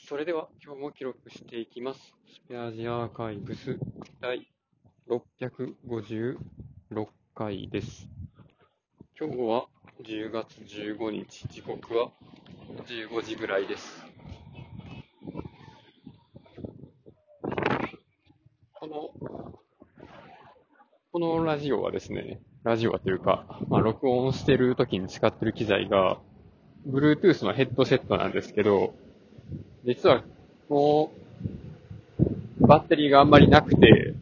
それでは今日も記録していきます。スペアジアーカイブス第656回です。今日は10月15日、時刻は15時ぐらいです。この、このラジオはですね、ラジオはというか、録音してる時に使ってる機材が、Bluetooth のヘッドセットなんですけど、実はもうバッテリーがあんまりなくて、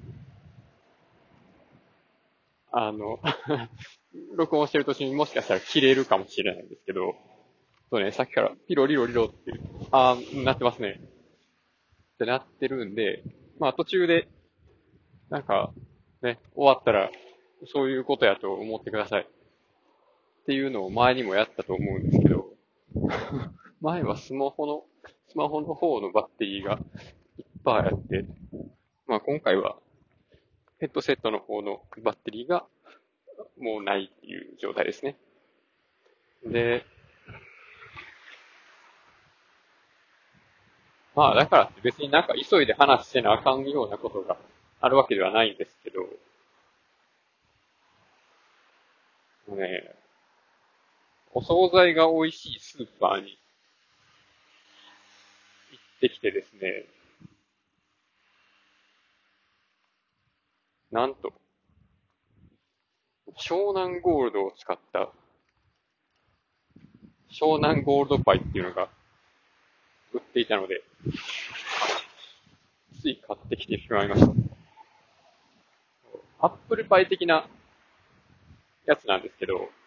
録音してる途中にもしかしたら切れるかもしれないんですけど、そうね、さっきからピロリロリロっていう、なってますね。ってなってるんで、途中で、なんか、ね、終わったら、そういうことやと思ってください。っていうのを前にもやったと思うんですけど、前はスマホの方のバッテリーがいっぱいあって、今回はヘッドセットの方のバッテリーがもうないっていう状態ですね。で、だからって別になんか急いで話してなあかんようなことがあるわけではないんですけど、ね、お惣菜が美味しいスーパーに行ってきてですね、なんと、湘南ゴールドを使った湘南ゴールドパイっていうのが売っていたので、つい買ってきてしまいました。アップルパイ的なやつなんですけど、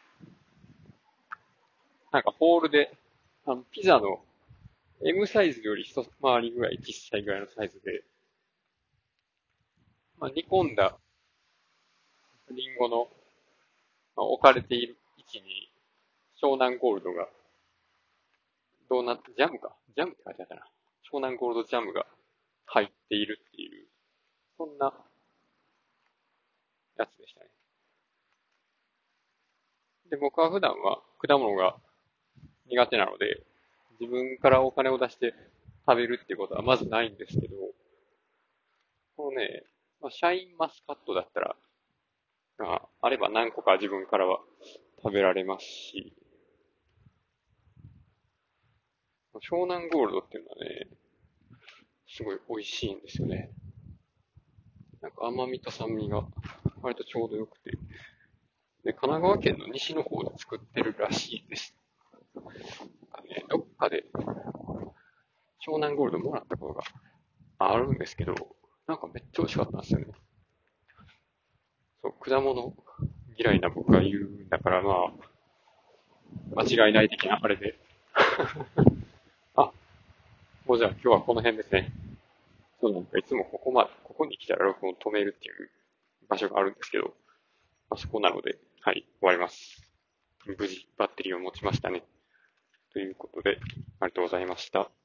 なんかホールで、ピザの M サイズより一回りぐらい小さいぐらいのサイズで、煮込んだリンゴの、置かれている位置に湘南ゴールドが、ジャムか。ジャムって書いてあったな。湘南ゴールドジャムが入っているっていう、そんなやつでしたね。で、僕は普段は果物が苦手なので、自分からお金を出して食べるっていうことはまずないんですけど、このね、シャインマスカットだったら、あれば何個か自分からは食べられますし、湘南ゴールドっていうのはね、すごい美味しいんですよね。なんか甘みと酸味が割とちょうど良くて。で、神奈川県の西の方で作ってるらしいです。どっかで湘南ゴールドもらったことがあるんですけど、なんかめっちゃ美味しかったんですよね。そう、果物嫌いな僕が言うんだから、間違いない的なあれで。あ、もうじゃあ今日はこの辺ですね。そうなんかいつもここに来たら録音止めるっていう場所があるんですけど、そこなので、はい、終わります。無事バッテリーを持ちましたね。ということで、ありがとうございました。